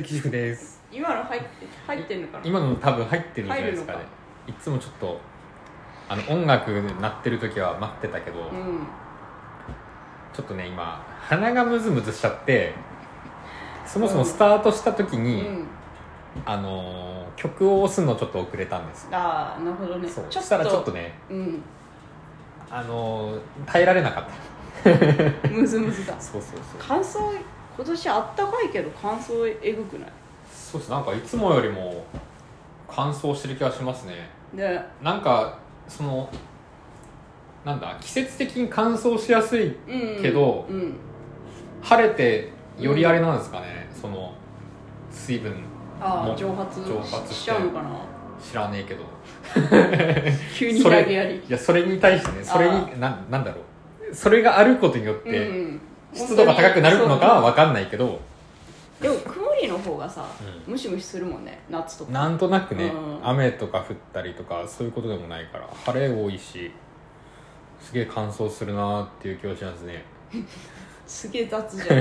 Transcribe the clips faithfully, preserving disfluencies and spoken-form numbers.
関塾です。 今の入って入ってんのかな。 今の多分入ってるんじゃないですかね。いつもちょっとあの音楽鳴ってる時は待ってたけど、うん、ちょっとね今鼻がムズムズしちゃって、そもそもスタートした時に、うん、あのー、曲を押すのちょっと遅れたんです。 ああ、なるほどね。 そうそしたらちょっとね、 うん、 あのー、耐えられなかったムズムズだ。 そうそうそう。 乾燥今年あったかいけど乾燥えぐくない？ そうです。なんかいつもよりも乾燥してる気がしますね。 でなんかそのなんだ季節的に乾燥しやすいけど、うんうん、晴れてよりあれなんですかね、うん、その水分も蒸発蒸発しちゃうのかな。 知らねえけど急に投げやり。 いやそれに対してね、それにななんだろう、それがあることによって、うんうん、湿度が高くなるのかは分かんないけど、 でも曇りの方がさ、うん、ムシムシするもんね、夏とか。 なんとなくね、うん、雨とか降ったりとかそういうことでもないから晴れ多いし、すげえ乾燥するなっていう気がしますねすげえ雑じゃん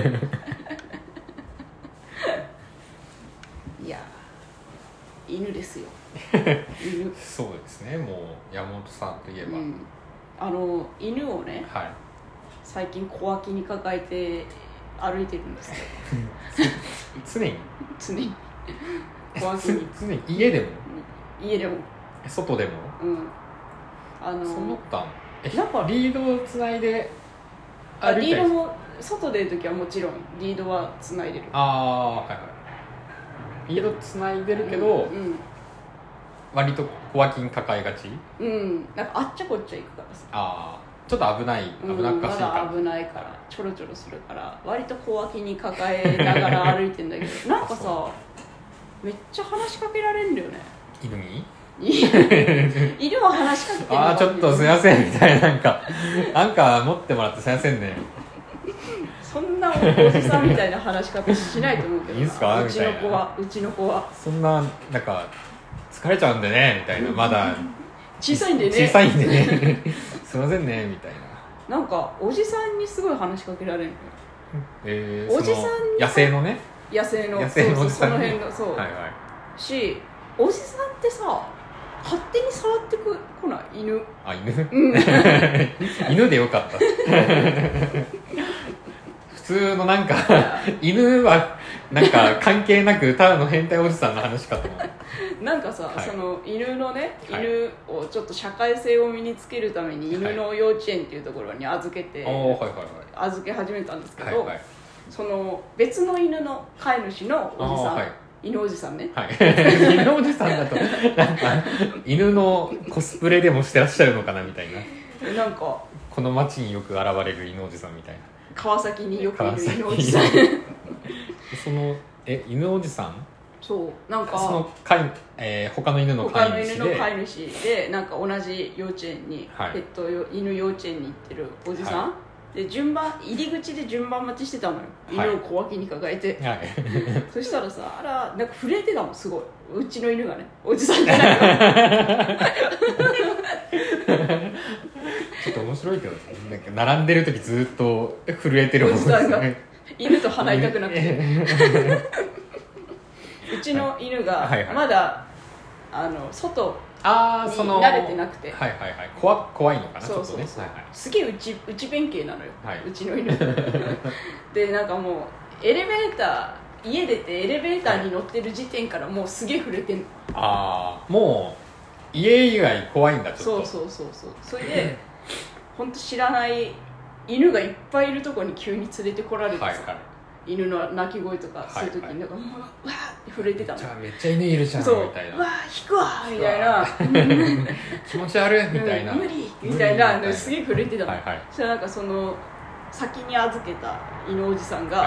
いや犬ですよ犬そうですね。もう山本さんといえば、うん、 あの犬をね、 はい、 最近小脇に抱えて歩いてるんですけど常に常に小脇に常に家でも家でも外でも、 うん、あのその他えなんかリードをつないで歩いたり。 リードも外でいるときはもちろんリードはつないでる。 ああ、はいはい。リードつないでるけど、うんうん、割と小脇に抱えがち。 うん、なんかあっちゃこっちゃ行くからさ。 ああ、ちょっと危ない危なっかしいから、 うん、まだ危ないからちょろちょろするから割と小脇に抱えながら歩いてんだけどなんかさめっちゃ話しかけられるんだよね、 犬に。 犬は話しかけてる。 ああ、ちょっとすいませんみたいな、なんかなんか持ってもらってすいませんね。 そんなおじさんみたいな話し方しないと思うけど、 いいんすかうちの子はうちの子はそんななんか疲れちゃうんでねみたいな、まだ小さいんでね小さいんでねすいませんねみたいな。なんかおじさんにすごい話しかけられるのよ。 えー、 おじさんに野生のね野生の野生のおじさんそうそう、その辺のそう、はいはい、しおじさんってさ勝手に触ってくこない犬。 あ、犬、うん、犬でよかった普通のなんか犬はなんか関係なくただの変態おじさんの話かと思うなんかさ、はい、その犬のね、 はい、 犬をちょっと社会性を身につけるために犬の幼稚園っていうところに預けて、 はい、はいはいはい、 預け始めたんですけど、 はいはい、 その別の犬の飼い主のおじさん、はい、犬おじさんね、 はい、犬おじさんだとなんか犬のコスプレでもしてらっしゃるのかなみたいな。 なんかこの街によく現れる犬おじさんみたいな。 川崎によくいる犬おじさんそのえ犬おじさん、 そうなんかその飼い、えー、他の犬の飼い主で他の犬の飼い主でなんか同じ幼稚園に、はい、ペット犬幼稚園に行ってるおじさん、はい、で順番入り口で順番待ちしてたのよ、犬を小脇に抱えて、はい、そしたらさ、あらなんか震えてたもんすごい、うちの犬がね、おじさんじゃないからちょっと面白いけど、なんか並んでる時ずっと震えてるもんですね。 犬と鼻痛くなってうちの犬がまだ、はいはいはい、あの外に慣れてなくて、 はいはいはい、怖、怖いのかな。 そうそうそう、 ちょっとね、はいはい、 すげえ内内弁慶なのよ、はい、うちの犬でなんかもうエレベーター家出てエレベーターに乗ってる時点からもうすげえ震えてんの。 ああ、もう家以外怖いんだ。ちょっとそうそうそうそう、それで本当知らない犬がいっぱいいるところに急に連れてこられてさ、はいはい、犬の鳴き声とかするときになんか、はいはい、もうわーって震えてたの。 じゃあめっちゃ犬いるじゃんみたいな、 うわー引くわみたいな気持ち悪いみたいな、 うん、無理みたいな、うん、すげえ震えてたの、 はいはい、 そしたらなんかその先に預けた犬おじさんが、はい 、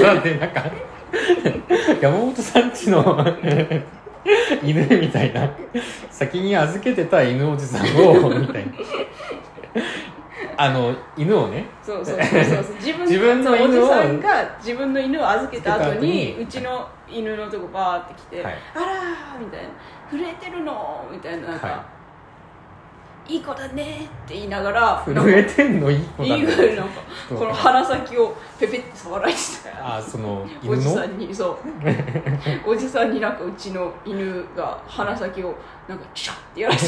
なんでなんか山本さんちの犬みたいな、先に預けてた犬おじさんをみたいなあの犬をね、 そうそうそうそう自分 自分の犬をおじさんが自分の犬を預けた後にうちの犬のとこバーって来て、はい、あらーみたいな、震えてるのみたいな、なんか、はいい子だねって言いながら震えてんのいい子だね。いい子なんかこの鼻先をペペって触られてた。あその犬のおじさんにそうおじさんになんかうちの犬が鼻先をなんかチャッってやられて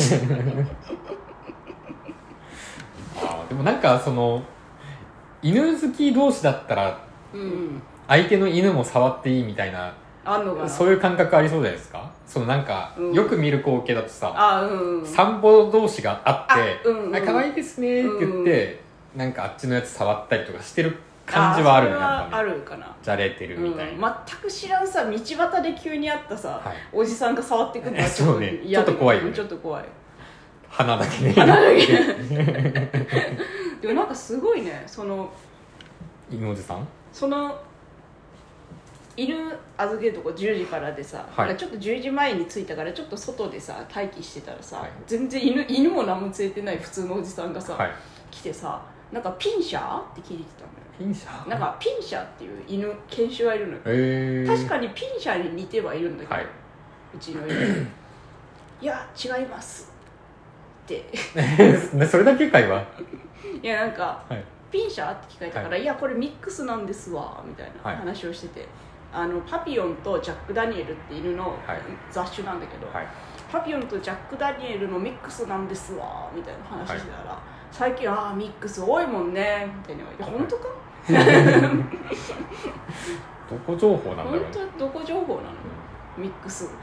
あでもなんかその犬好き同士だったら、うん、相手の犬も触っていいみたいなあんのかな、 そういう感覚ありそうじゃないですか。そのなんか、うん、よく見る光景だとさ、 あ、うんうん、 散歩同士があって、 うんうん、 あ可愛いですねって言って、うん、なんかあっちのやつ触ったりとかしてる感じはあるよね。 あ, あるかな。 じゃれてるみたいな、 うん、全く知らんさ道端で急にあったさ、はい、おじさんが触ってくるのはちょっと、ね、ちょっと怖いよね。 ちょっと怖い。 鼻だけね。 鼻だけでもなんかすごいね、その犬おじさんその犬預けるとこじゅうじからでさ、はい、ちょっとじゅうじまえに着いたからちょっと外でさ待機してたらさ、はい、全然 犬, 犬も何も連れてない普通のおじさんがさ、はい、来てさ、なんかピンシャーって聞いてたのよ。 ピンシャーなんかピンシャーっていう犬犬種がいるのよ、 えー、 確かにピンシャーに似てはいるんだけど、はい、うちの犬いや違いますってそれだけかいわいやなんか、はい、ピンシャーって聞かれたから、はい、いやこれミックスなんですわみたいな話をしてて、はい、あのパピヨンとジャック・ダニエルって犬の雑種なんだけど、はい、パピヨンとジャック・ダニエルのミックスなんですわみたいな話してたら、はい、最近ああミックス多いもんねみたいな。いや本当かどこ情報なんだろう。 本当どこ情報なの、うん、ミックス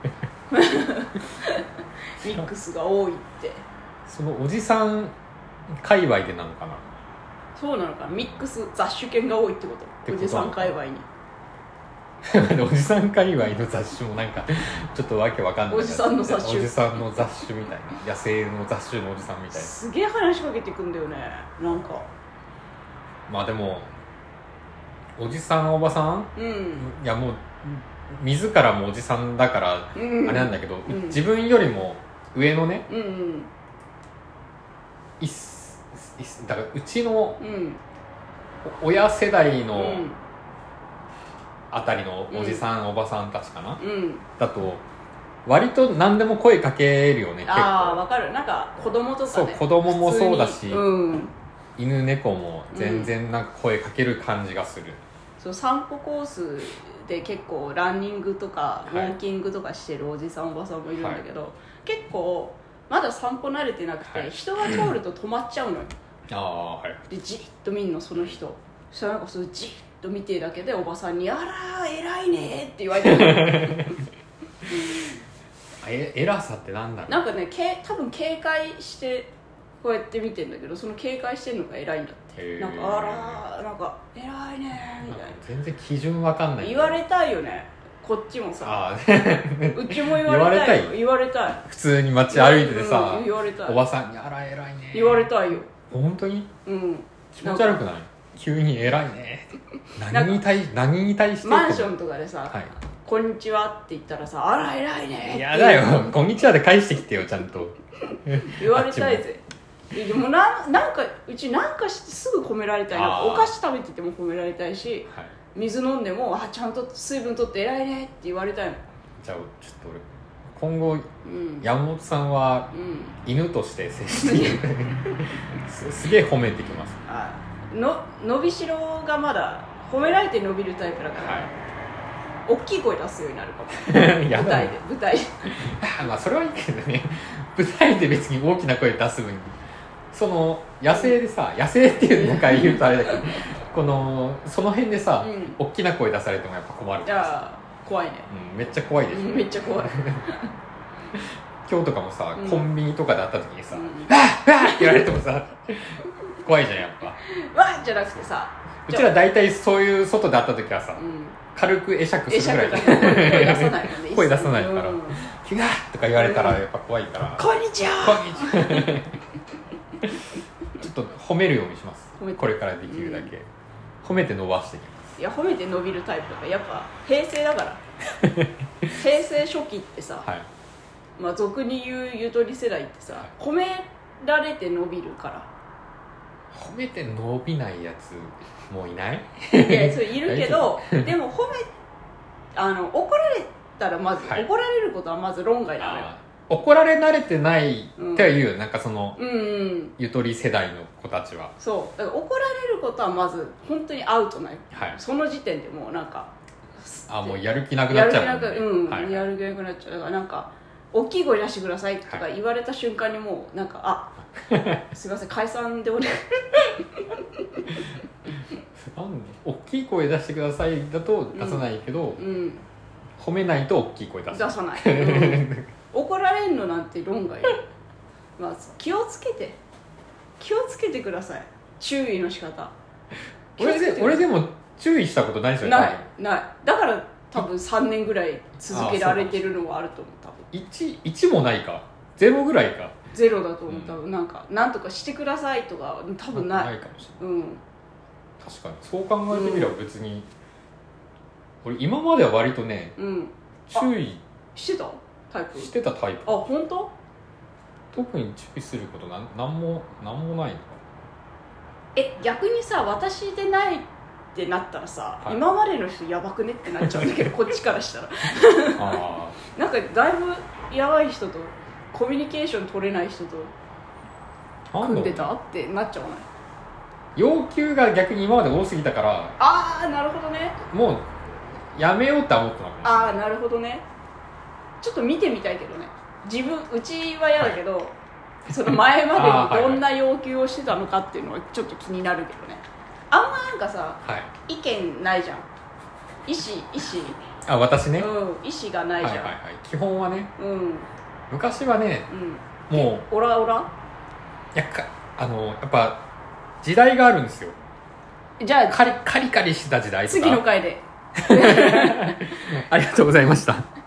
ミックスが多いって。 そのおじさん界隈でなのかな。 そうなのかな。ミックス雑種犬が多いってこと。おじさん界隈におじさん界隈の雑種もなんかちょっとわけわかんない。 おじさんの雑種おじさんの雑種みたいな、野生の雑種のおじさんみたいな。 すげえ話しかけてくんだよね。なんかまあでもおじさんおばさん、うん、いやもう自らもおじさんだからあれなんだけど、うん、自分よりも上のね、うんうん、いっだからうちの親世代の、うんあたりのおじさん、うん、おばさんたちかな、うん、だと割と何でも声かけるよね。結構ああ分かる。なんか子供とかね、 そう子供もそうだし、うん、犬猫も全然なんか声かける感じがする、うん、 そう散歩コースで結構ランニングとかウォーキングとかしてるおじさんおばさんもいるんだけど、はい、結構まだ散歩慣れてなくて、はい、人が通ると止まっちゃうのよあ、はい、 でじっと見んのその人。そしたらなんかそうじっと見てるだけでおばさんに「あら偉いね」って言われてえ偉さってなんだろう。 なんかねけ多分警戒してこうやって見てんだけど、その警戒してるのが偉いんだって。なんかあらなんか偉いねみたいな。 全然基準わかんない。 言われたいよねこっちもさ。うちも言われたいよ。言われたい。 普通に街歩いててさ、 うん、言われたい。 おばさんにあら偉いね言われたいよ。 本当に、 うん、 気持ち悪くない？急に偉いね何に対何に対してマンションとかでさ、はい、こんにちはって言ったらさ、あら偉いね。 いやだよこんにちはで返してきてよちゃんと言われたいぜ。でもななんかうちなんかしてすぐ褒められたい。なんかお菓子食べてても褒められたいし、はい、水飲んでもあちゃんと水分取って偉いねって言われたいの。 じゃあちょっと俺今後、うん、山本さんは、うん、犬として接してす, すげえ褒めてきます。 あの伸びしろがまだ褒められて伸びるタイプだから、はい、大きい声出すようになるかも舞台で舞台でまあそれはいいけどね舞台で別に大きな声出す分にその野生でさ、うん、野生っていうのか言うとあれだけどこのその辺でさ、うん、大きな声出されてもやっぱ困るからさ。 怖いね、 うん、めっちゃ怖いでしょ、うん、 めっちゃ怖い今日とかもさ、うん、コンビニとかで会った時にさ「うん、わっわっ!」って言われてもさ怖いじゃんやっぱ。 わっじゃなくてさ、 うちら大体そういう外で会った時はさ、うん、軽く会釈するぐらい声出さないからね声出さないから「キュガー!」とか言われたらやっぱ怖いから「 こんにちは!」 こんにちはちょっと褒めるようにします。これからできるだけ、うん、褒めて伸ばしていきます。 いや褒めて伸びるタイプとかやっぱ平成だから平成初期ってさ、はい、まあ俗に言うゆとり世代ってさ、はい、褒められて伸びるから。 褒めて伸びないやつもういない？ いやそれいるけどでも褒めあの怒られたらまず、はい、怒られることはまず論外なのよ。 怒られ慣れてないっては言う、うん、なんかその、 うんうん、 ゆとり世代の子たちはそうだから怒られることはまず本当にアウトない、 はい、 その時点でもうなんかあもうやる気なくなっちゃうもんね、 やる気なく、うんはい、やる気なくなっちゃうだからなんか大きい声出してくださいとか言われた瞬間にもうなんか、はい、あすいません解散でお願いなんで大きい声出してくださいだと出さないけど、 うんうん、 褒めないと大きい声出す出さない、うん、怒られんのなんて論外まあ気をつけて気をつけてください注意の仕方俺で俺でも注意したことないですよねないないだから多分さんねんぐらい続けられてるのはあると思う多分 1, 1もないかゼロぐらいかゼロだと思う多分、うん、なんかなんとかしてくださいとか多分ないないかもしれない、 うん、 確かにそう考えてみれば別に、うん、俺今までは割とね、 うん、 注意してたタイプしてたタイプあ本当特に注意することなんなんもなんもないのかえ逆にさ私でないってなったらさ、はい、今までの人やばくねってなっちゃうんだけどこっちからしたらあなんかだいぶやばい人とコミュニケーション取れない人と組んでたってなっちゃわない要求が逆に今まで多すぎたからああなるほどねもうやめようって思ったのかもしれないああなるほどねちょっと見てみたいけどね自分うちは嫌だけど、はい、その前までにどんな要求をしてたのかっていうのはちょっと気になるけどねあんまなんかさ、はい、意見ないじゃん意思意思あ私ね、 うん、意思がないじゃん、はいはいはい、 基本はね、 うん、 昔はね、 うん、もうオラオラいやかあのやっぱ時代があるんですよじゃあカリカリカリしてた時代とか次の回でありがとうございました